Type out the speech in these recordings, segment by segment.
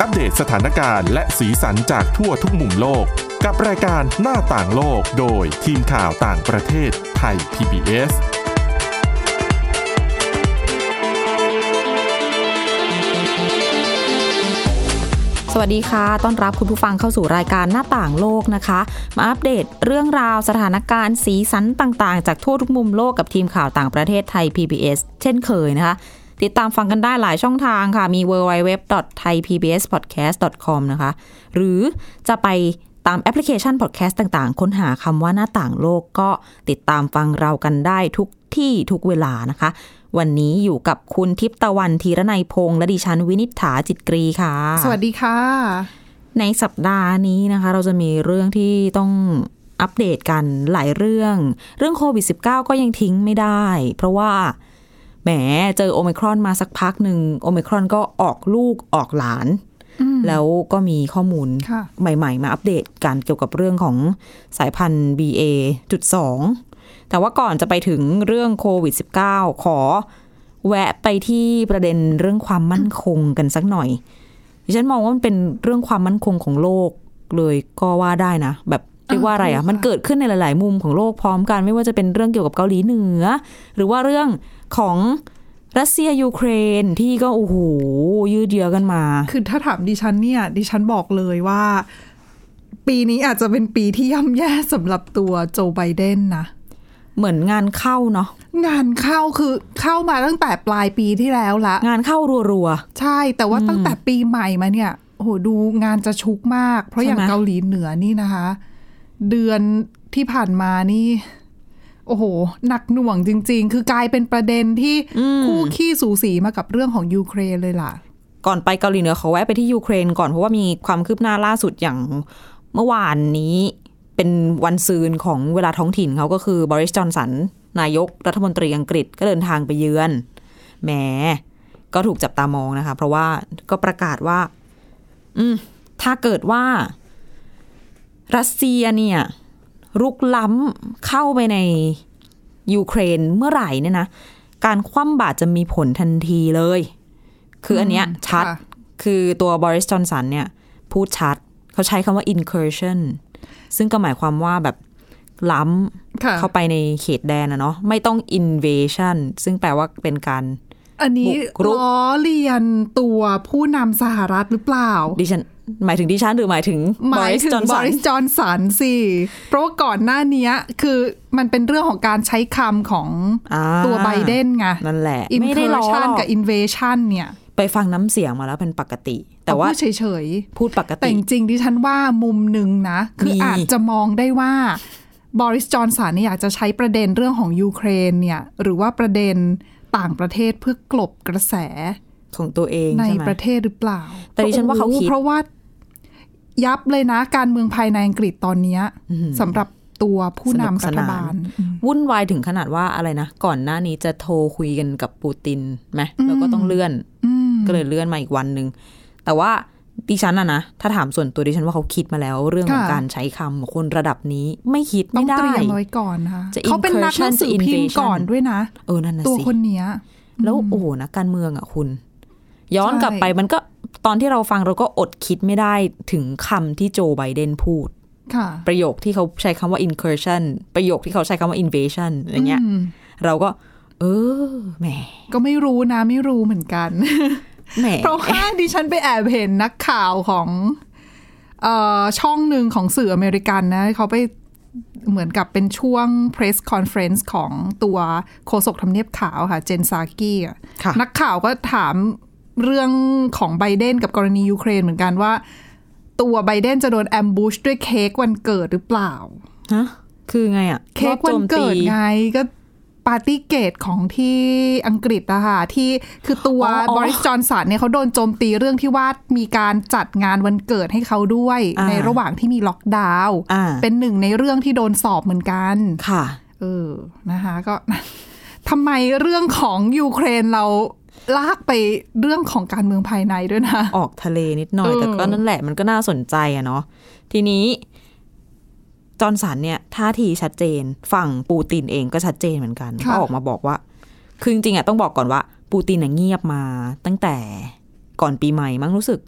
อัปเดตสถานการณ์และสีสันจากทั่วทุกมุมโลกกับรายการหน้าต่างโลกโดยทีมข่าวต่างประเทศไทย PBS สวัสดีค่ะต้อนรับคุณผู้ฟังเข้าสู่รายการหน้าต่างโลกนะคะมาอัปเดตเรื่องราวสถานการณ์สีสันต่างๆจากทั่วทุกมุมโลกกับทีมข่าวต่างประเทศไทย PBS เช่นเคยนะคะติดตามฟังกันได้หลายช่องทางค่ะมี www.thaipbspodcast.com นะคะหรือจะไปตามแอปพลิเคชันพอดแคสต์ต่างๆค้นหาคำว่าหน้าต่างโลกก็ติดตามฟังเรากันได้ทุกที่ทุกเวลานะคะวันนี้อยู่กับคุณทิพย์ตะวันธีรนัยพงษ์และดิฉันวินิษฐาจิตกรีค่ะสวัสดีค่ะในสัปดาห์นี้นะคะเราจะมีเรื่องที่ต้องอัปเดตกันหลายเรื่องโควิด -19 ก็ยังทิ้งไม่ได้เพราะว่าแหมเจอโอไมครอนมาสักพักหนึ่งโอไมครอนก็ออกลูกออกหลานแล้วก็มีข้อมูลใหม่ๆมาอัปเดตกันเกี่ยวกับเรื่องของสายพันธุ์ BA.2 แต่ว่าก่อนจะไปถึงเรื่องโควิด -19 ขอแวะไปที่ประเด็นเรื่องความมั่นคงกันสักหน่อยดิฉันมองว่ามันเป็นเรื่องความมั่นคงของโลกเลยก็ว่าได้นะแบบเรียกว่าอะไรอ่ะมันเกิดขึ้นในหลายๆมุมของโลกพร้อมกันไม่ว่าจะเป็นเรื่องเกี่ยวกับเกาหลีเหนือหรือว่าเรื่องของรัสเซียยูเครนที่ก็โอ้โหยืดเยื้อกันมาคือถ้าถามดิฉันเนี่ยดิฉันบอกเลยว่าปีนี้อาจจะเป็นปีที่ย่ำแย่สำหรับตัวโจไบเดนนะเหมือนงานเข้าเนาะงานเข้าคือเข้ามาตั้งแต่ปลายปีที่แล้วละงานเข้ารัวๆใช่แต่ว่าตั้งแต่ปีใหม่มาเนี่ยโอ้โหดูงานจะชุกมากเพราะอย่างเกาหลีเหนือนี่นะคะเดือนที่ผ่านมานี่โอ้โหหนักหน่วงจริงๆคือกลายเป็นประเด็นที่คู่ขี้สูสีมากับเรื่องของยูเครนเลยล่ะก่อนไปเกาหลีเหนือเขาแวะไปที่ยูเครนก่อนเพราะว่ามีความคืบหน้าล่าสุดอย่างเมื่อวานนี้เป็นวันซืนของเวลาท้องถิ่นเขาก็คือบริส จอนสันนายกรัฐมนตรีอังกฤษก็เดินทางไปเยือนแหมก็ถูกจับตามองนะคะเพราะว่าก็ประกาศว่าถ้าเกิดว่ารัสเซียเนี่ยรุกล้ำเข้าไปในยูเครนเมื่อไหร่เนี่ยนะการคว่ำบาตรจะมีผลทันทีเลยคืออันเนี้ยชัดคือตัวบริส จอนสันเนี่ยพูดชัดเขาใช้คำว่า incursionซึ่งก็หมายความว่าแบบล้ำเข้าไปในเขตแดนนะเนาะไม่ต้อง invasion ซึ่งแปลว่าเป็นการอันนี้ล้อเลียนตัวผู้นำสหรัฐหรือเปล่าดิฉันหมายถึงดิฉันหรือหมายถึงบริสจอนสันสิเพราะว่าก่อนหน้านี้คือมันเป็นเรื่องของการใช้คำของตัวไบเดนไงนั่นแหละ incursion กับ invasion เนี่ยไปฟังน้ำเสียงมาแล้วเป็นปกติแต่ว่าพูดเฉยๆพูดปกติแต่จริงๆดิฉันว่ามุมหนึ่งนะคืออาจจะมองได้ว่าบริส จอนสันเนี่ยอยากจะใช้ประเด็นเรื่องของยูเครนเนี่ยหรือว่าประเด็นต่างประเทศเพื่อกลบกระแสของตัวเองในประเทศหรือเปล่าแต่ดิฉันว่าเขาคิดเพราะว่ายับเลยนะการเมืองภายในอังกฤษตอนนี้สำหรับตัวผู้นำรัฐบาลวุ่นวายถึงขนาดว่าอะไรนะก่อนหน้านี้จะโทรคุยกันกับปูตินไหมแล้วก็ต้องเลื่อนก็เลยเลื่อนมาอีกวันนึงแต่ว่าดิฉันนะถ้าถามส่วนตัวดิฉันว่าเขาคิดมาแล้วเรื่องของการใช้คำคนระดับนี้ไม่คิดไม่ได้ต้องเตรียมไว้ก่อนค่ะเขาเป็นนักหนังสือพิมพ์ก่อนด้วยนะนั่นน่ะสิตัวคนนี้แล้วโอ้โหนักการเมืองอ่ะคุณย้อนกลับไปมันก็ตอนที่เราฟังเราก็อดคิดไม่ได้ถึงคำที่โจไบเดนพูดประโยคที่เขาใช้คำว่า incursion ประโยคที่เขาใช้คำว่า invasion อะไรเงี้ยเราก็แหมก็ไม่รู้นะไม่รู้เหมือนกันเพราะว่าดิฉันไปแอบเห็นนักข่าวของช่องหนึ่งของสื่ออเมริกันนะเขาไปเหมือนกับเป็นช่วง press conference ของตัวโฆษกทำเนียบขาวค่ะเจนซากี้นักข่าวก็ถามเรื่องของไบเดนกับกรณียูเครนเหมือนกันว่าตัวไบเดนจะโดนแอมบูชด้วยเค้กวันเกิดหรือเปล่าฮะคือไงอ่ะเค้กวันเกิดไงก็ปาร์ตี้เกตของที่อังกฤษอะค่ะที่คือตัวบริส จอนสันเนี่ยเขาโดนโจมตีเรื่องที่ว่ามีการจัดงานวันเกิดให้เขาด้วยในระหว่างที่มีล็อกดาวน์เป็นหนึ่งในเรื่องที่โดนสอบเหมือนกันค่ะนะคะก็ทำไมเรื่องของยูเครนเราลากไปเรื่องของการเมืองภายในด้วยนะออกทะเลนิดหน่อยแต่ก็นั่นแหละมันก็น่าสนใจอะเนาะทีนี้จอห์นสันเนี่ยท่าทีชัดเจนฝั่งปูตินเองก็ชัดเจนเหมือนกันก็ออกมาบอกว่าคือจริงๆต้องบอกก่อนว่าปูตินเงียบมาตั้งแต่ก่อนปีใหม่มั้งรู้สึก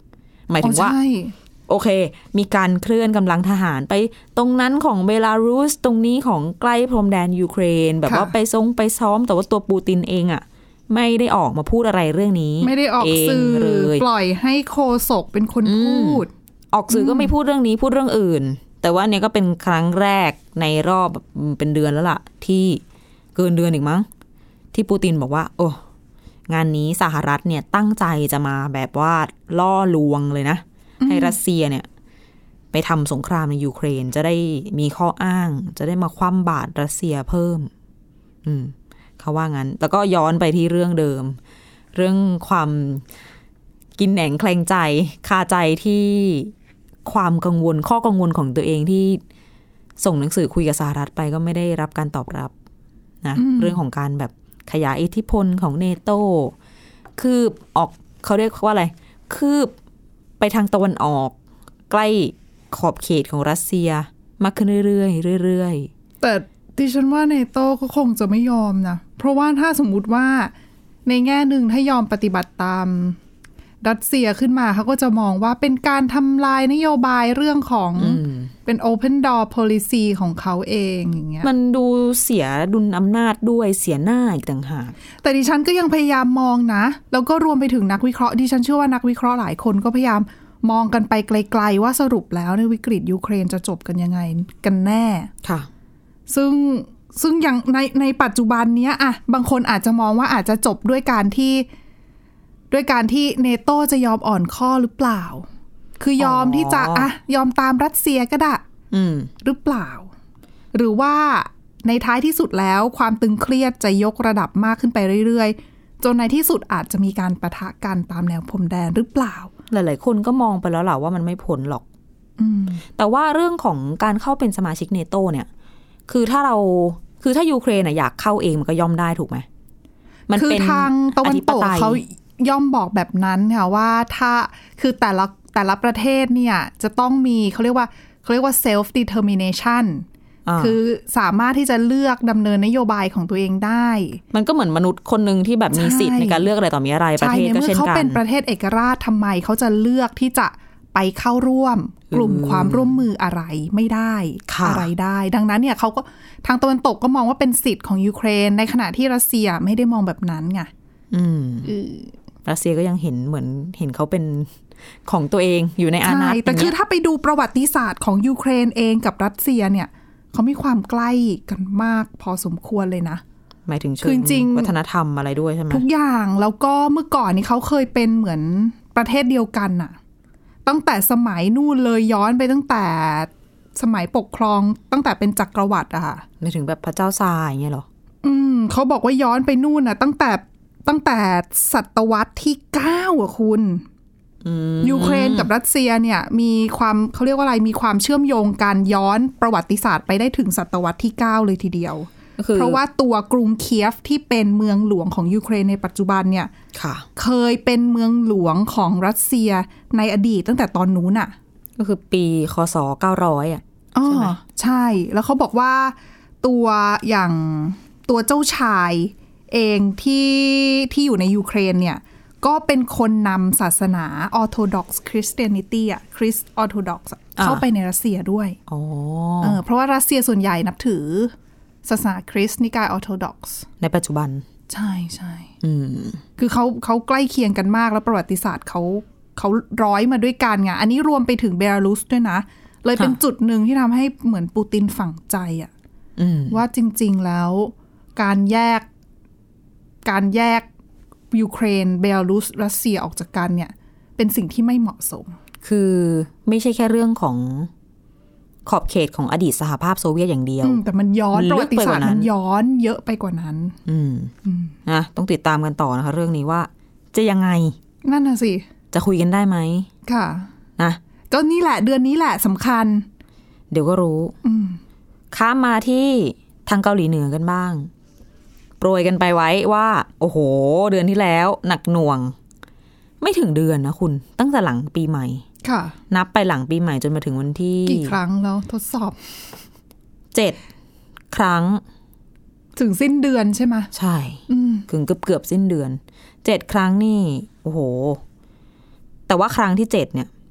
หมายถึงว่าโอเคมีการเคลื่อนกำลังทหารไปตรงนั้นของเบลารุสตรงนี้ของใกล้พรมแดนยูเครนแบบว่าไปซ้อมแต่ว่าตัวปูตินเองอ่ะไม่ได้ออกมาพูดอะไรเรื่องนี้ไม่ได้ออกสื่อเลยปล่อยให้โฆษกเป็นคนพูดออกสื่อก็ไม่พูดเรื่องนี้พูดเรื่องอื่นแต่ว่าเนี่ยก็เป็นครั้งแรกในรอบเป็นเดือนแล้วล่ะที่เกินเดือนอีกมั้งที่ปูตินบอกว่าโอ้งานนี้สหรัฐเนี่ยตั้งใจจะมาแบบว่าล่อลวงเลยนะให้รัสเซียเนี่ยไปทำสงครามในยูเครนจะได้มีข้ออ้างจะได้มาคว่ำบาตรรัสเซียเพิ่มเขาว่างั้นแล้วก็ย้อนไปที่เรื่องเดิมเรื่องความกินแหนงแคลงใจคาใจที่ความกังวลข้อกังวลของตัวเองที่ส่งหนังสือคุยกับสหรัฐไปก็ไม่ได้รับการตอบรับนะเรื่องของการแบบขยายอิทธิพลของเนโต้คืบออกเขาเรียกว่าอะไรคืบไปทางตะวันออกใกล้ขอบเขตของรัสเซียมากขึ้นเรื่อยๆแต่ดิฉันว่าเนโต้ก็คงจะไม่ยอมนะเพราะว่าถ้าสมมุติว่าในแง่หนึ่งถ้ายอมปฏิบัติตามรัสเซียขึ้นมาเขาก็จะมองว่าเป็นการทำลายนโยบายเรื่องของเป็น Open Door Policy ของเขาเองอย่างเงี้ยมันดูเสียดุลอำนาจด้วยเสียหน้าอีกต่างหากแต่ดิฉันก็ยังพยายามมองนะแล้วก็รวมไปถึงนักวิเคราะห์ดิฉันเชื่อว่านักวิเคราะห์หลายคนก็พยายามมองกันไปไกลๆว่าสรุปแล้วในวิกฤตยูเครนจะจบกันยังไงกันแน่ค่ะซึ่งอย่างในปัจจุบันเนี้ยอะบางคนอาจจะมองว่าอาจจะจบด้วยการที่เนโต้จะยอมอ่อนข้อหรือเปล่าคือยอมที่จะยอมตามรัสเซียก็ได้หรือเปล่าหรือว่าในท้ายที่สุดแล้วความตึงเครียดจะยกระดับมากขึ้นไปเรื่อยๆจนในที่สุดอาจจะมีการปะทะกันตามแนวพรมแดนหรือเปล่าหลายๆคนก็มองไปแล้วแหละว่ามันไม่ผลหรอกแต่ว่าเรื่องของการเข้าเป็นสมาชิกเนโต้เนี่ยคือถ้ายูเครนอยากเข้าเองมันก็ย่อมได้ถูกไหมมันเป็นทางตะวันตกเขาย่อมบอกแบบนั้นค่ะว่าถ้าคือแต่ละประเทศเนี่ยจะต้องมีเขาเรียกว่า self determination คือสามารถที่จะเลือกดำเนินนโยบายของตัวเองได้มันก็เหมือนมนุษย์คนนึงที่แบบมีสิทธิ์ในการเลือกอะไรต่อมีอะไรประเทศก็เช่นกันเขาเป็นประเทศเอกราชทำไมเขาจะเลือกที่จะไปเข้าร่วมกลุ่มความร่วมมืออะไรไม่ได้อะไรได้ดังนั้นเนี่ยเขาก็ทางตะวันตกก็มองว่าเป็นสิทธิ์ของยูเครนในขณะที่รัสเซียไม่ได้มองแบบนั้นไงรัสเซียก็ยังเห็นเหมือนเห็นเขาเป็นของตัวเองอยู่ในอาณาแต่คือถ้าไปดูประวัติศาสตร์ของยูเครนเองกับรัสเซียเนี่ยเขามีความใกล้กันมากพอสมควรเลยนะหมายถึงเชิงวัฒนธรรมอะไรด้วยใช่ไหมทุกอย่างแล้วก็เมื่อก่อนนี้เขาเคยเป็นเหมือนประเทศเดียวกันน่ะตั้งแต่สมัยนู่นเลยย้อนไปตั้งแต่สมัยปกครองตั้งแต่เป็นจักรวรรดิอะค่ะหมายถึงแบบพระเจ้าทรายอย่างเงี้ยหรอเขาบอกว่าย้อนไปนู่นน่ะตั้งแต่ศตวรรษที่9อ่ะคุณยูเครนกับรัสเซียเนี่ยมีความเขาเรียกว่าอะไรมีความเชื่อมโยงการย้อนประวัติศาสตร์ไปได้ถึงศตวรรษที่9เลยทีเดียวเพราะว่าตัวกรุงเคียฟที่เป็นเมืองหลวงของยูเครนในปัจจุบันเนี่ยเคยเป็นเมืองหลวงของรัสเซียในอดีตตั้งแต่ตอนนู้นอ่ะก็คือปีคศ900อ่ะใช่ไหมใช่แล้วเขาบอกว่าตัวอย่างตัวเจ้าชายเองที่อยู่ในยูเครนเนี่ยก็เป็นคนนำศาสนา Orthodox Christianity อ่ะ Christ Orthodox เข้าไปในรัสเซียด้วยเพราะว่ารัสเซียส่วนใหญ่นับถือศาสนาคริสต์นิกาย Orthodox ในปัจจุบันใช่ใช่คือเขาใกล้เคียงกันมากแล้วประวัติศาสตร์เขาร้อยมาด้วยกันไงอันนี้รวมไปถึงเบลารุสด้วยนะเลยเป็นจุดหนึ่งที่ทำให้เหมือนปูตินฝังใจอ่ะว่าจริงๆแล้วการแยกยูเครนเบลารุสรัสเซียออกจากกันเนี่ยเป็นสิ่งที่ไม่เหมาะสมคือไม่ใช่แค่เรื่องของขอบเขตของอดีตสหภาพโซเวียตอย่างเดียวแต่มันย้อนประวัติศาสตร์มันย้อนเยอะไปกว่านั้นนะต้องติดตามกันต่อนะคะเรื่องนี้ว่าจะยังไงนั่นน่ะสิจะคุยกันได้ไหมค่ะนะก็นี่แหละเดือนนี้แหละสำคัญเดี๋ยวก็รู้ข้ามมาที่ทางเกาหลีเหนือกันบ้างโปรยกันไปไว้ว่าโอ้โหเดือนที่แล้วหนักหน่วงไม่ถึงเดือนนะคุณตั้งแต่หลังปีใหม่ค่ะนับไปหลังปีใหม่จนมาถึงวันที่กี่ครั้งแล้วทดสอบ 7 ครั้งถึงสิ้นเดือนใช่ไหมใช่ถึงเกือบสิ้นเดือน7 ครั้งนี่โอ้โหแต่ว่าครั้งที่7เนี่ย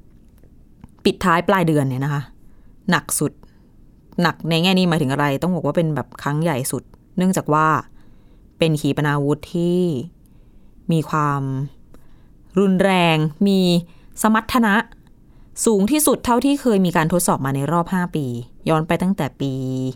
ปิดท้ายปลายเดือนเนี่ยนะคะหนักสุดหนักในแง่นี้หมายถึงอะไรต้องบอกว่าเป็นแบบครั้งใหญ่สุดเนื่องจากว่าเป็นขีปนาวุธที่มีความรุนแรงมีสมรรถนะสูงที่สุดเท่าที่เคยมีการทดสอบมาในรอบ5ปีย้อนไปตั้งแต่ปี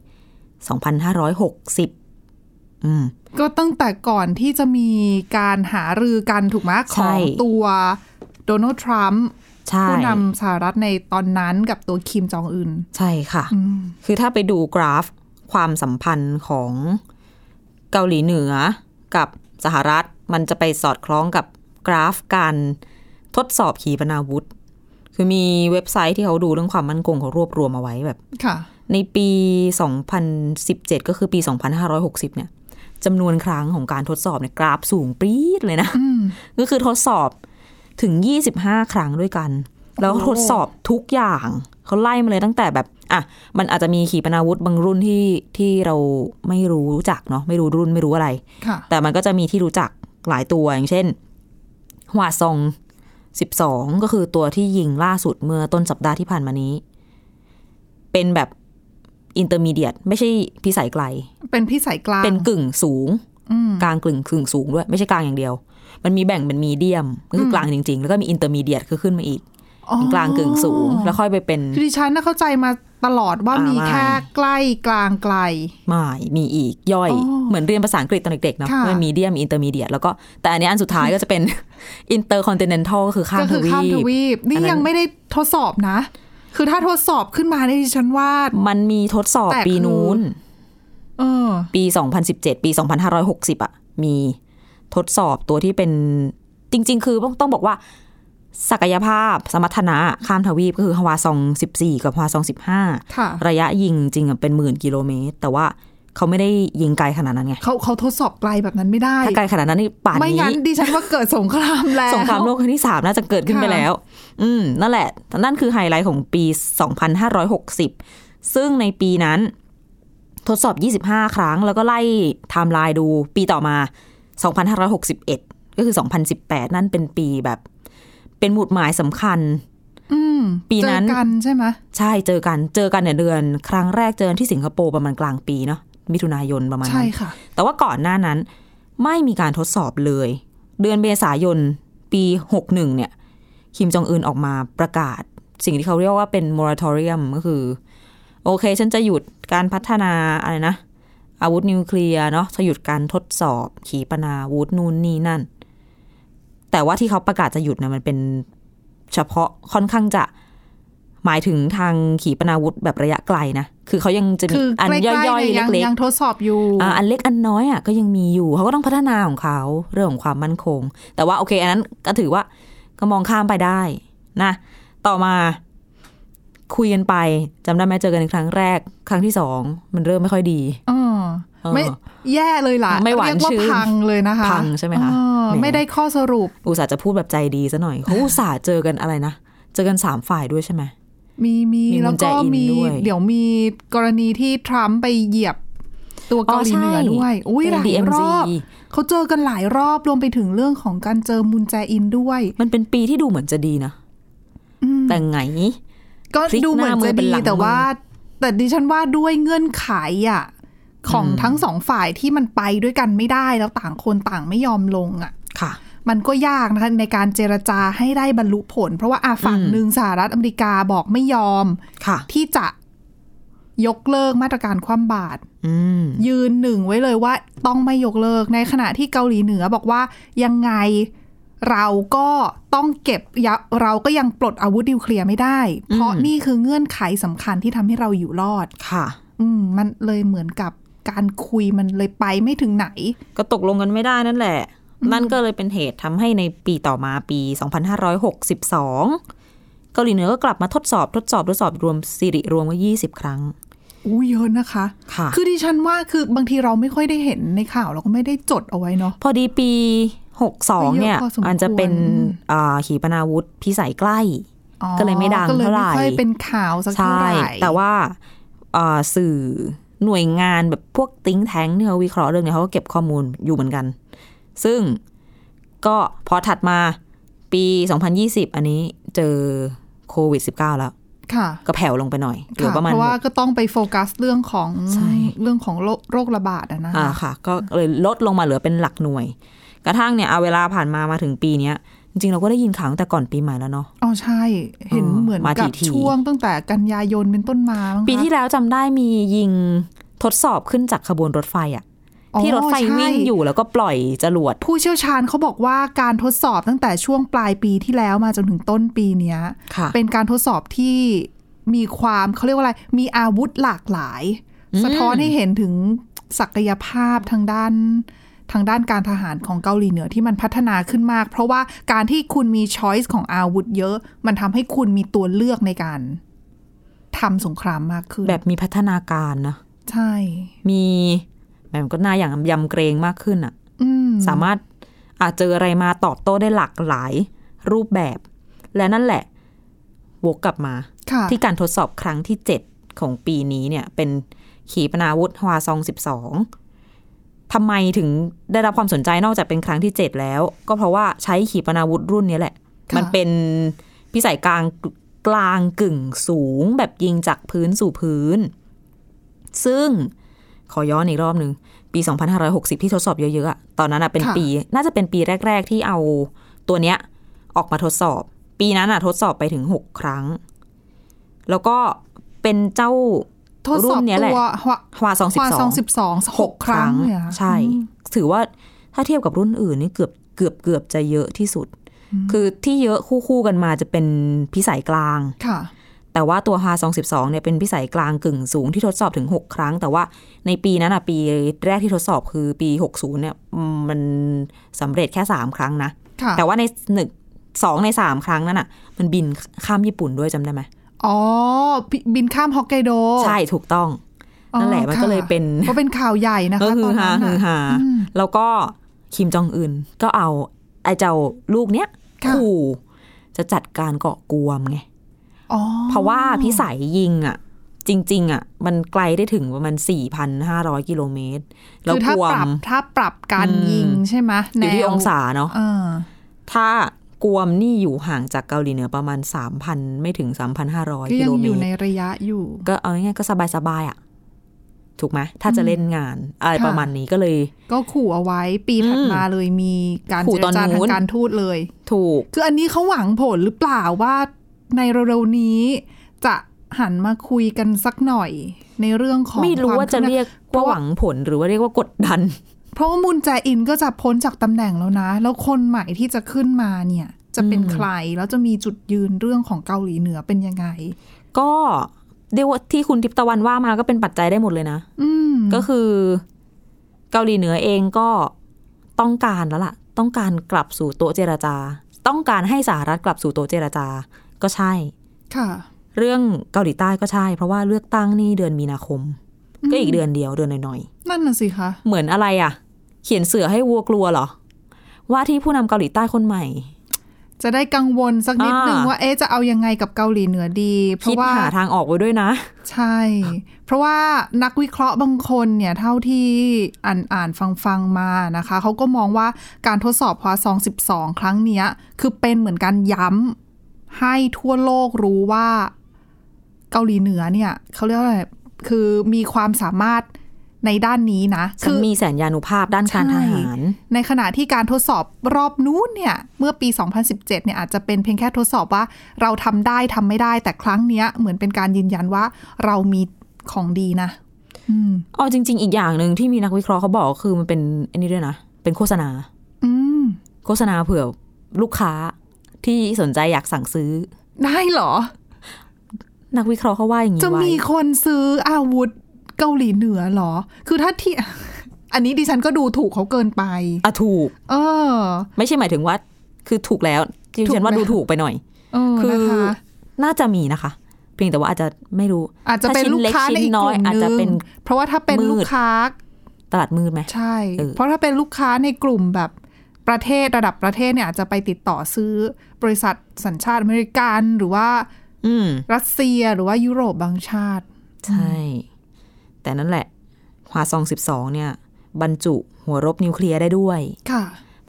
2560 ก็ตั้งแต่ก่อนที่จะมีการหารือกันถูกไหมของตัวโดนัลด์ทรัมป์ผู้นำสหรัฐในตอนนั้นกับตัวคิมจองอึนใช่ค่ะคือถ้าไปดูกราฟความสัมพันธ์ของเกาหลีเหนือกับสหรัฐมันจะไปสอดคล้องกับกราฟการทดสอบขีปนาวุธคือมีเว็บไซต์ที่เขาดูเรื่องความมั่นคงเขารวบรวมเอาไว้แบบในปี2017ก็คือปี2560เนี่ยจำนวนครั้งของการทดสอบเนี่ยกราฟสูงปรี๊ดเลยนะก็คือทดสอบถึง25ครั้งด้วยกันแล้วทดสอบทุกอย่างเขาไล่มาเลยตั้งแต่แบบมันอาจจะมีขีปนาวุธบางรุ่นที่เราไม่รู้จักเนาะไม่รู้รุ่นไม่รู้อะไรแต่มันก็จะมีที่รู้จักหลายตัวอย่างเช่นฮวาซอง12ก็คือตัวที่ยิงล่าสุดเมื่อต้นสัปดาห์ที่ผ่านมานี้เป็นแบบอินเตอร์มีเดียตไม่ใช่พิสัยไกลเป็นพิสัยกลางเป็นกึ่งสูงกลางกึ่งสูงด้วยไม่ใช่กลางอย่างเดียวมันมีแบ่งเป็นมีเดียมก็คือกลางจริงๆแล้วก็มีอินเตอร์มีเดียตคือขึ้นมาอีกกลางกึ่งสูงแล้วค่อยไปเป็นดิฉันน่ะเข้าใจมาตลอดว่ามีแค่ใกล้กลางไกลไม่มีอีกย่อยเหมือนเรียนภาษาอังกฤษตอนเด็กๆเนาะมันมีเดียมอินเตอร์มีเดียตแล้วก็แต่อันนี้อันสุดท้ายก็จะเป็นอินเตอร์คอนติเนนทัลก็คือข้ามทวีปนี่ยังไม่ได้ทดสอบนะคือถ้าทดสอบขึ้นมาเนี่ยดิฉันว่ามันมีทดสอบปีนู้นปี2017ปี2560มีทดสอบตัวที่เป็นจริงๆคือต้องบอกว่าศักยภาพสมรรถนะข้ามทวีปก็คือฮวาซอง14กับฮวาซอง15ระยะยิงจริงเป็นหมื่นกิโลเมตรแต่ว่าเขาไม่ได้ยิงไกลขนาดนั้นไงเขาทดสอบไกลแบบนั้นไม่ได้ถ้าไกลขนาดนั้นนี่ป่านนี้ไม่งั้นดิฉันว่าเกิดสงครามแล้วสงครามโลกครั้งที่3น่าจะเกิดขึ้นไปแล้วนั่นแหละนั่นคือไฮไลท์ของปี2560ซึ่งในปีนั้นทดสอบ25ครั้งแล้วก็ไล่ไทม์ไลน์ดูปีต่อมา2561ก็คือ2018นั่นเป็นปีแบบเป็นหมุดหมายสำคัญปีนั้นเจอกันใช่ไหมใช่เจอกันเนี่ยเดือนครั้งแรกเจอที่สิงคโปร์ประมาณกลางปีเนาะมิถุนายนประมาณนั้นใช่ค่ะแต่ว่าก่อนหน้านั้นไม่มีการทดสอบเลยเดือนเมษายนปี61เนี่ยคิมจองอึนออกมาประกาศสิ่งที่เขาเรียกว่าเป็นมอราทอเรียมก็คือโอเคฉันจะหยุดการพัฒนาอะไรนะอาวุธนิวเคลียร์เนาะจะหยุดการทดสอบขีปนาวุธนู่นนี่นั่นแต่ว่าที่เขาประกาศจะหยุดนะมันเป็นเฉพาะค่อนข้างจะหมายถึงทางขีปนาวุธแบบระยะไกลนะคือเขายังจะมีอันย่อยๆเล็กๆยังทดสอบอยู่อันเล็กอันน้อยก็ยังมีอยู่เขาก็ต้องพัฒนาของเขาเรื่องของความมั่นคงแต่ว่าโอเคอันนั้นก็ถือว่าก็มองข้ามไปได้นะต่อมาคุยกันไปจำได้ไหมเจอกันในครั้งแรกครั้งที่2มันเริ่มไม่ค่อยดีไม่แย่เลยล่ะไม่หวานชื่นพังเลยนะคะพังใช่ไหมคะไม่ได้ข้อสรุปอุตส่าห์จะพูดแบบใจดีซะหน่อยเขาอุตส่าห์เจอกันอะไรนะเจอกัน3ฝ่ายด้วยใช่ไหมมีแล้วก็มีเดี๋ยวมีกรณีที่ทรัมป์ไปเหยียบตัวเกาหลีเหนือด้วยหลายรอบเขาเจอกันหลายรอบรวมไปถึงเรื่องของการเจอมุนแจอินด้วยมันเป็นปีที่ดูเหมือนจะดีนะแต่ไงก็ดูเหมือนจะดีแต่ดิฉันว่าด้วยเงื่อนไขของทั้งสองฝ่ายที่มันไปด้วยกันไม่ได้แล้วต่างคนต่างไม่ยอมลงค่ะมันก็ยากนะคะในการเจรจาให้ได้บรรลุผลเพราะว่าฝั่งหนึ่งสหรัฐอเมริกาบอกไม่ยอมที่จะยกเลิกมาตรการคว่ำบาตรยืนหนึ่งไว้เลยว่าต้องไม่ยกเลิกในขณะที่เกาหลีเหนือบอกว่ายังไงเราก็ต้องเราก็ยังปลดอาวุธนิวเคลียร์ไม่ได้เพราะนี่คือเงื่อนไขสำคัญที่ทำให้เราอยู่รอดค่ะมันเลยเหมือนกับการคุยมันเลยไปไม่ถึงไหนก็ตกลงกันไม่ได้นั่นแหละนั่นก็เลยเป็นเหตุทำให้ในปีต่อมาปี2562เกาหลีเหนือก็กลับมาทดสอบรวมสิริรวมว่า20ครั้งเยอะนะคะคือดิฉันว่าคือบางทีเราไม่ค่อยได้เห็นในข่าวเราก็ไม่ได้จดเอาไว้เนาะพอดีปี62เนี่ยอันจะเป็นขีปนาวุธพิสัยใกล้ก็เลยไม่ดังเท่าไหร่ไม่ค่อยเป็นข่าวสักเท่าไหร่แต่ว่าสื่อหน่วยงานแบบพวกthink tankที่เขาวิเคราะห์เรื่องนี้เขาก็เก็บข้อมูลอยู่เหมือนกันซึ่งก็พอถัดมาปี2020อันนี้เจอโควิด-19แล้วก็แผ่วลงไปหน่อยหรือประมาณเพราะว่าก็ต้องไปโฟกัสเรื่องของโรคระบาดนะคะค่ะก็เลยลดลงมาเหลือเป็นหลักหน่วยกระทั่งเนี่ยเอาเวลาผ่านมาถึงปีนี้จริงๆเราก็ได้ยินข่าวตั้งแต่ก่อนปีใหม่แล้วเนาะอ๋อใช่เห็นเหมือนกับช่วงตั้งแต่กันยายนเป็นต้นมาปีที่แล้วจำได้มียิงทดสอบขึ้นจากขบวนรถไฟที่รถไฟวิ่งอยู่แล้วก็ปล่อยจรวดผู้เชี่ยวชาญเขาบอกว่าการทดสอบตั้งแต่ช่วงปลายปีที่แล้วมาจนถึงต้นปีนี้เป็นการทดสอบที่มีความเขาเรียกว่าอะไรมีอาวุธหลากหลายสะท้อนให้เห็นถึงศักยภาพทางด้านการทหารของเกาหลีเหนือที่มันพัฒนาขึ้นมากเพราะว่าการที่คุณมีช้อยส์ของอาวุธเยอะมันทำให้คุณมีตัวเลือกในการทำสงครามมากขึ้นแบบมีพัฒนาการนะใช่มีแบบก็น่าอย่างยำเกรงมากขึ้นอ่ะสามารถเจออะไรมาตอบโต้ได้หลากหลายรูปแบบและนั่นแหละวกกลับมาที่การทดสอบครั้งที่7ของปีนี้เนี่ยเป็นขีปนาวุธฮวาซอง12ทำไมถึงได้รับความสนใจนอกจากเป็นครั้งที่7แล้วก็เพราะว่าใช้ขีปนาวุธรุ่นนี้แหละมันเป็นพิสัยกลางกึ่งสูงแบบยิงจากพื้นสู่พื้นซึ่งขอย้อนอีกรอบนึงปี2560ที่ทดสอบเยอะๆตอนนั้นเป็นปีน่าจะเป็นปีแรกๆที่เอาตัวเนี้ยออกมาทดสอบปีนั้นทดสอบไปถึง6ครั้งแล้วก็เป็นเจ้ารุ่นนี้แหละฮวาซอง12 6ครั้งใช่ถือว่าถ้าเทียบกับรุ่นอื่นนี่เกือบจะเยอะที่สุดคือที่เยอะคู่กันมาจะเป็นพิสัยกลางแต่ว่าตัวฮวาซอง12เนี่ยเป็นพิสัยกลางกึ่งสูงที่ทดสอบถึง6ครั้งแต่ว่าในปีนั้นปีแรกที่ทดสอบคือปี60เนี่ยมันสำเร็จแค่3ครั้งนะแต่ว่าใน2ใน3ครั้งนั้นมันบินข้ามญี่ปุ่นด้วยจำได้ไหมอ๋อบินข้ามฮอกไกโดใช่ถูกต้องนั่นแหละมันก็เลยเป็นก็เป็นข่าวใหญ่นะคะตอนนั้นแล้วก็คิมจองอึนก็เอาไอ้เจ้าลูกเนี้ยขู่จะจัดการเกาะกวมไงเพราะว่าพิสัยยิงจริงๆมันไกลได้ถึงประมาณ 4,500 กิโลเมตรแล้วกวมถ้าปรับการยิงใช่ไหมอยู่ที่องศาเนาะถ้ากวมนี่อยู่ห่างจากเกาหลีเหนือประมาณ 3,000 ไม่ถึง 3,500 กิโลเมตรก็ยังอยู่ในระยะอยู่ก็เอาง่ายๆก็สบายๆถูกไหมถ้าจะเล่นงานอะไรประมาณนี้ก็เลยก็ขู่เอาไว้ปีถัดมาเลยมีการเจรจาทางการทูตเลยถูกคืออันนี้เขาหวังผลหรือเปล่าว่าในเร็วๆนี้จะหันมาคุยกันสักหน่อยในเรื่องของไม่รู้ว่าจะเรียกว่าหวังผลหรือว่าเรียกว่ากดดันเพราะว่ามุนแจอินก็จะพ้นจากตำแหน่งแล้วนะแล้วคนใหม่ที่จะขึ้นมาเนี่ยจะเป็นใครแล้วจะมีจุดยืนเรื่องของเกาหลีเหนือเป็นยังไงก็เรียกว่าที่คุณทิพย์ตะวันว่ามาก็เป็นปัจจัยได้หมดเลยนะก็คือเกาหลีเหนือเองก็ต้องการแล้วล่ะต้องการกลับสู่โต๊ะเจรจาต้องการให้สหรัฐกลับสู่โต๊ะเจรจาก็ใช่ค่ะเรื่องเกาหลีใต้ก็ใช่เพราะว่าเลือกตั้งนี่เดือนมีนาคมก็อีกเดือนหน่อยๆนั่นน่ะสิคะเหมือนอะไรเขียนเสือให้วัวกลัวเหรอว่าที่ผู้นำเกาหลีใต้คนใหม่จะได้กังวลสักนิดนึงว่าจะเอายังไงกับเกาหลีเหนือดีเพราะว่าคิดหาทางออกไว้ด้วยนะใช่เพราะว่านักวิเคราะห์บางคนเนี่ยเท่าที่อ่านฟังมานะคะเขาก็มองว่าการทดสอบฮวาซอง12ครั้งนี้คือเป็นเหมือนการย้ำให้ทั่วโลกรู้ว่าเกาหลีเหนือเนี่ยเขาเรียกว่าอะไรคือมีความสามารถในด้านนี้นะคือมีแสนยานุภาพด้านการทหารในขณะที่การทดสอบรอบนู้นเนี่ยเมื่อปี2017เนี่ยอาจจะเป็นเพียงแค่ทดสอบว่าเราทำได้ทำไม่ได้แต่ครั้งนี้เหมือนเป็นการยืนยันว่าเรามีของดีนะจริงๆอีกอย่างนึงที่มีนักวิเคราะห์เขาบอกคือมันเป็นอันนี้ด้วยนะเป็นโฆษณาโฆษณาเผื่อลูกค้าที่สนใจอยากสั่งซื้อได้เหรอนักวิเคราะห์เขาว่าอย่างนี้จะมีคนซื้ออาวุธเกาหลีเหนือเหรอคือถ้าที่อันนี้ดิฉันก็ดูถูกเขาเกินไปถูกไม่ใช่หมายถึงว่าคือถูกแล้วดิฉันว่าดูถูกไปหน่อยคือน่าจะมีนะคะเพียงแต่ว่าอาจจะไม่รู้อาจจะเป็นลูกค้าในอีกกลุ่มนึงเพราะว่าถ้าเป็นลูกค้าตลาดมืดไหมใช่เพราะถ้าเป็นลูกค้าในกลุ่มแบบประเทศระดับประเทศเนี่ยอาจจะไปติดต่อซื้อบริษัทสัญชาติอเมริกันหรือว่ารัสเซียหรือว่ายุโรปบางชาติใช่แต่นั่นแหละฮวาซอง12เนี่ยบรรจุหัวรบนิวเคลียร์ได้ด้วยค่ะ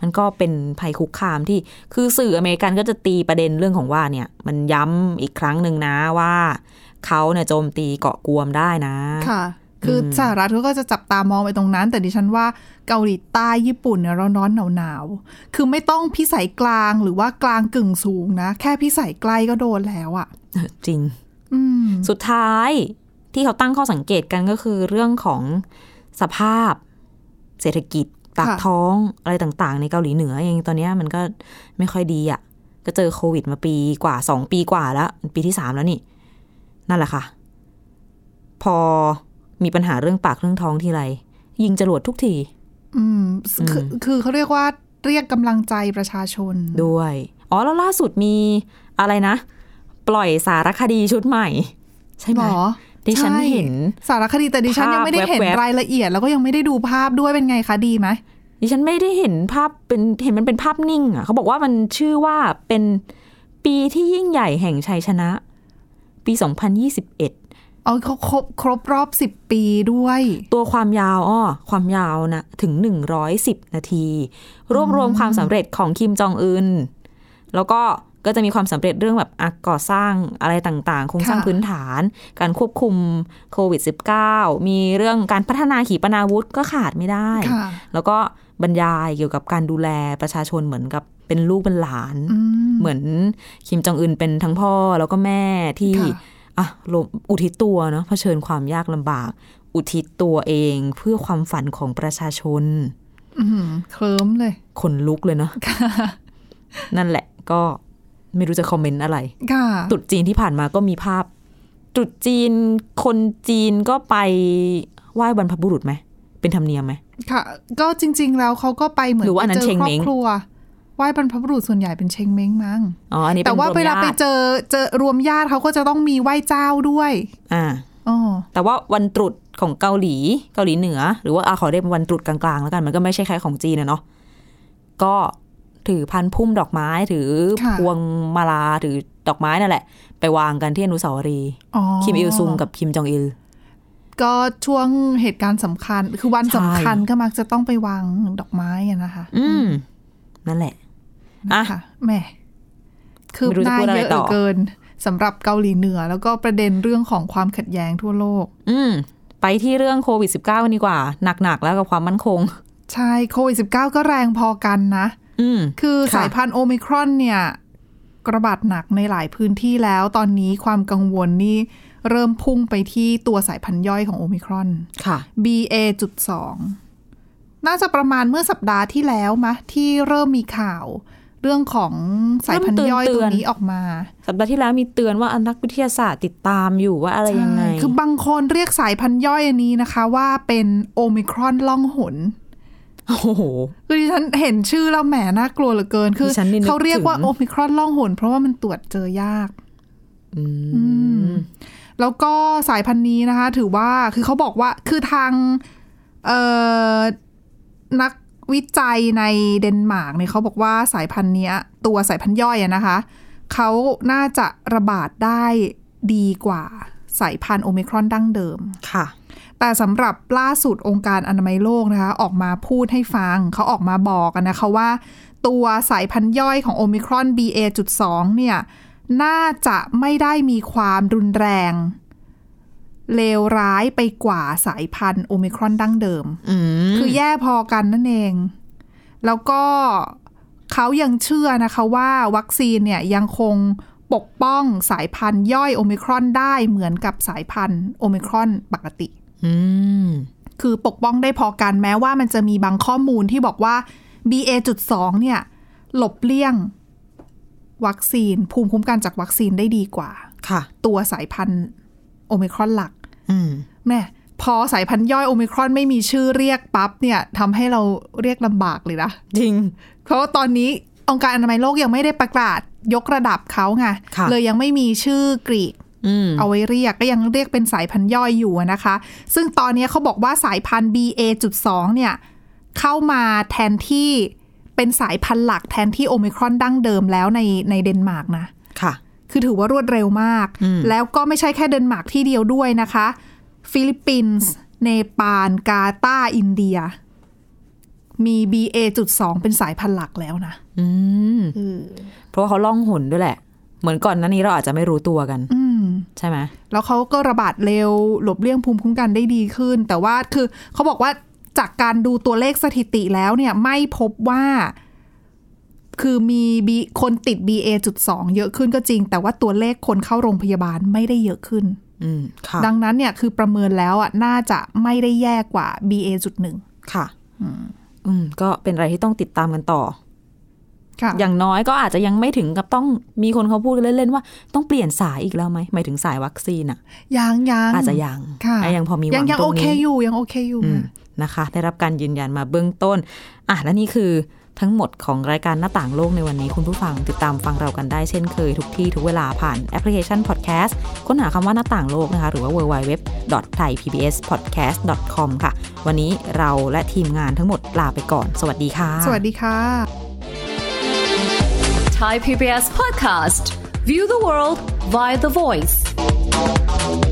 มันก็เป็นภัยคุกคามที่คือสื่ออเมริกันก็จะตีประเด็นเรื่องของว่าเนี่ยมันย้ำอีกครั้งหนึ่งนะว่าเขาเนี่ยโจมตีเกาะกวมได้นะค่ะคือสหรัฐเขาก็จะจับตามองไปตรงนั้นแต่ดิฉันว่าเกาหลีใต้ญี่ปุ่นเนี่ยร้อนๆหนาวๆคือไม่ต้องพิสัยกลางหรือว่ากลางกึ่งสูงนะแค่พิสัยใกล้ก็โดนแล้วอ่ะจริงสุดท้ายที่เขาตั้งข้อสังเกตกันก็คือเรื่องของสภาพเศรษฐกิจปากท้องอะไรต่างๆในเกาหลีเหนือเองตอนนี้มันก็ไม่ค่อยดีอ่ะก็เจอโควิดมาปีกว่า2 ปีกว่าแล้วปีที่3แล้วนี่นั่นแหละค่ะพอมีปัญหาเรื่องปากเรื่องท้องทีไรยิงจรวดทุกทีคือเขาเรียกว่าเรียกกำลังใจประชาชนด้วยแล้วล่าสุดมีอะไรนะปล่อยสารคดีชุดใหม่ใช่ไหมดิฉันเห็นสารคดีแต่ดิฉันยังไม่ได้เห็นรายละเอียดแล้วก็ยังไม่ได้ดูภาพด้วยเป็นไงคะดีไหมดิฉันไม่ได้เห็นภาพเห็นมันเป็นภาพนิ่งอ่ะเขาบอกว่ามันชื่อว่าเป็นปีที่ยิ่งใหญ่แห่งชัยชนะปี2021 เขาครบรอบ10 ปีด้วยตัวความยาวความยาวนะถึง110 นาทีรวบรวมความสำเร็จของคิมจองอึนแล้วก็จะมีความสำเร็จเรื่องแบบก่อสร้างอะไรต่างๆโครงสร้างพื้นฐานการควบคุมโควิด -19 มีเรื่องการพัฒนาขีปนาวุธก็ขาดไม่ได้แล้วก็บรรยายเกี่ยวกับการดูแลประชาชนเหมือนกับเป็นลูกเป็นหลานเหมือนคิมจองอึนเป็นทั้งพ่อแล้วก็แม่ที่อุทิศตัวเนาะเผชิญความยากลำบากอุทิศตัวเองเพื่อความฝันของประชาชนเคลิ้มเลยขนลุกเลยเนาะนั่นแหละก็ไม่รู้จะคอมเมนต์อะไรตรุษจีนที่ผ่านมาก็มีภาพตรุษจีนคนจีนก็ไปไหว้บรรพบุรุษไหมเป็นธรรมเนียมไหมค่ะก็จริงๆแล้วเขาก็ไปเหมือนไปเจอครอบครัวไหว้บรรพบุรุษส่วนใหญ่เป็นเชงเม้งมั้งอันนี้แต่ว่าเวลาไปเจอรวมญาติเขาก็จะต้องมีไหว้เจ้าด้วยแต่ว่าวันตรุษของเกาหลีเหนือหรือว่าขอเรียกวันตรุษกลางๆแล้วกันมันก็ไม่ใช่แค่ของจีนนะเนาะก็ถือพันพุ่มดอกไม้ถือพวงมาลาถือดอกไม้นั่นแหละไปวางกันที่อนุสาวรีย์คิมอิลซุงกับคิมจองอิลก็ช่วงเหตุการณ์สำคัญคือวันสำคัญก็มักจะต้องไปวางดอกไม้นะคะนั่นแหละค่ะแม่คือหน้าเยอะเหลือเกินสำหรับเกาหลีเหนือแล้วก็ประเด็นเรื่องของความขัดแย้งทั่วโลกไปที่เรื่องโควิด -19 กันดีกว่าหนักๆแล้วกับความมั่นคงใช่โควิด -19 ก็แรงพอกันนะคือสายพันธุ์โอมิครอนเนี่ยระบาดหนักในหลายพื้นที่แล้วตอนนี้ความกังวลนี่เริ่มพุ่งไปที่ตัวสายพันธุ์ย่อยของโอมิครอนค่ะ BA.2 น่าจะประมาณเมื่อสัปดาห์ที่แล้วมะที่เริ่มมีข่าวเรื่องของสายพันธุ์ย่อยตัวนี้ออกมาสัปดาห์ที่แล้วมีเตือนว่านักวิทยาศาสตร์ติดตามอยู่ว่าอะไรยังไงคือบางคนเรียกสายพันธุ์ย่อยอันนี้นะคะว่าเป็นโอมิครอนล่องหนโอ้โหคือดิฉันเห็นชื่อแล้วแหมน่ากลัวเหลือเกินคือเขาเรียกว่าโอมิครอนล่องหนเพราะว่ามันตรวจเจอยากแล้วก็สายพันธุ์นี้นะคะถือว่าคือเขาบอกว่าคือทางนักวิจัยในเดนมาร์กเนี่ยเขาบอกว่าสายพันธุ์นี้ตัวสายพันธุ์ย่อยนะคะเขาน่าจะระบาดได้ดีกว่าสายพันธุ์โอมิครอนดั้งเดิมค่ะแต่สำหรับล่าสุดองค์การอนามัยโลกนะคะออกมาพูดให้ฟังเขาออกมาบอกกันนะคะว่าตัวสายพันธุ์ย่อยของโอมิครอน BA.2 เนี่ยน่าจะไม่ได้มีความรุนแรงเลวร้ายไปกว่าสายพันธุ์โอมิครอนดั้งเดิมคือแย่พอกันนั่นเองแล้วก็เขายังเชื่อนะคะว่าวัคซีนเนี่ยยังคงปกป้องสายพันธุ์ย่อยโอมิครอนได้เหมือนกับสายพันธุ์โอมิครอนปกติคือปกป้องได้พอกันแม้ว่ามันจะมีบางข้อมูลที่บอกว่า BA.2 เนี่ยหลบเลี่ยงวัคซีนภูมิคุ้มกันจากวัคซีนได้ดีกว่าตัวสายพันธุ์โอมิครอนหลักแม่พอสายพันธุ์ย่อยโอมิครอนไม่มีชื่อเรียกปั๊บเนี่ยทำให้เราเรียกลำบากเลยนะจริงเพราะตอนนี้องค์การอนามัยโลกยังไม่ได้ประกาศยกระดับเขาไงเลยยังไม่มีชื่อกรีกเอาไว้เรียกก็ยังเรียกเป็นสายพันธุ์ย่อยอยู่นะคะซึ่งตอนนี้เขาบอกว่าสายพันธุ์ BA.2 เนี่ยเข้ามาแทนที่เป็นสายพันธุ์หลักแทนที่โอมิครอนดั้งเดิมแล้วในเดนมาร์กนะค่ะคือถือว่ารวดเร็วมากแล้วก็ไม่ใช่แค่เดนมาร์กที่เดียวด้วยนะคะฟิลิปปินส์เนปาลกาตาร์อินเดียมี BA.2 เป็นสายพันธุ์หลักแล้วนะเพราะว่าเขาล่องหนด้วยแหละเหมือนก่อนหน้านี้เราอาจจะไม่รู้ตัวกันใช่ไหมแล้วเขาก็ระบาดเร็วหลบเลี่ยงภูมิคุ้มกันได้ดีขึ้นแต่ว่าคือเขาบอกว่าจากการดูตัวเลขสถิติแล้วเนี่ยไม่พบว่าคือมีคนติด BA.2 เยอะขึ้นก็จริงแต่ว่าตัวเลขคนเข้าโรงพยาบาลไม่ได้เยอะขึ้นดังนั้นเนี่ยคือประเมินแล้วอ่ะน่าจะไม่ได้แย่กว่า BA.1 ค่ะก็เป็นอะไรที่ต้องติดตามกันต่ออย่างน้อยก็อาจจะยังไม่ถึงกับต้องมีคนเขาพูดเล่นๆว่าต้องเปลี่ยนสายอีกแล้วไหมหมายถึงสายวัคซีนอ่ะยังอาจจะยังพอมีหวังตรงนี้ยังโอเคอยู่นะคะได้รับการยืนยันมาเบื้องต้นและนี่คือทั้งหมดของรายการหน้าต่างโลกในวันนี้คุณผู้ฟังติดตามฟังเรากันได้เช่นเคยทุกที่ทุกเวลาผ่านแอปพลิเคชัน Podcast ค้นหาคำว่าหน้าต่างโลกนะคะหรือว่า www.thaipbspodcast.com ค่ะวันนี้เราและทีมงานทั้งหมดลาไปก่อนสวัสดีค่ะสวัสดีค่ะ Thai PBS Podcast View the world via the voice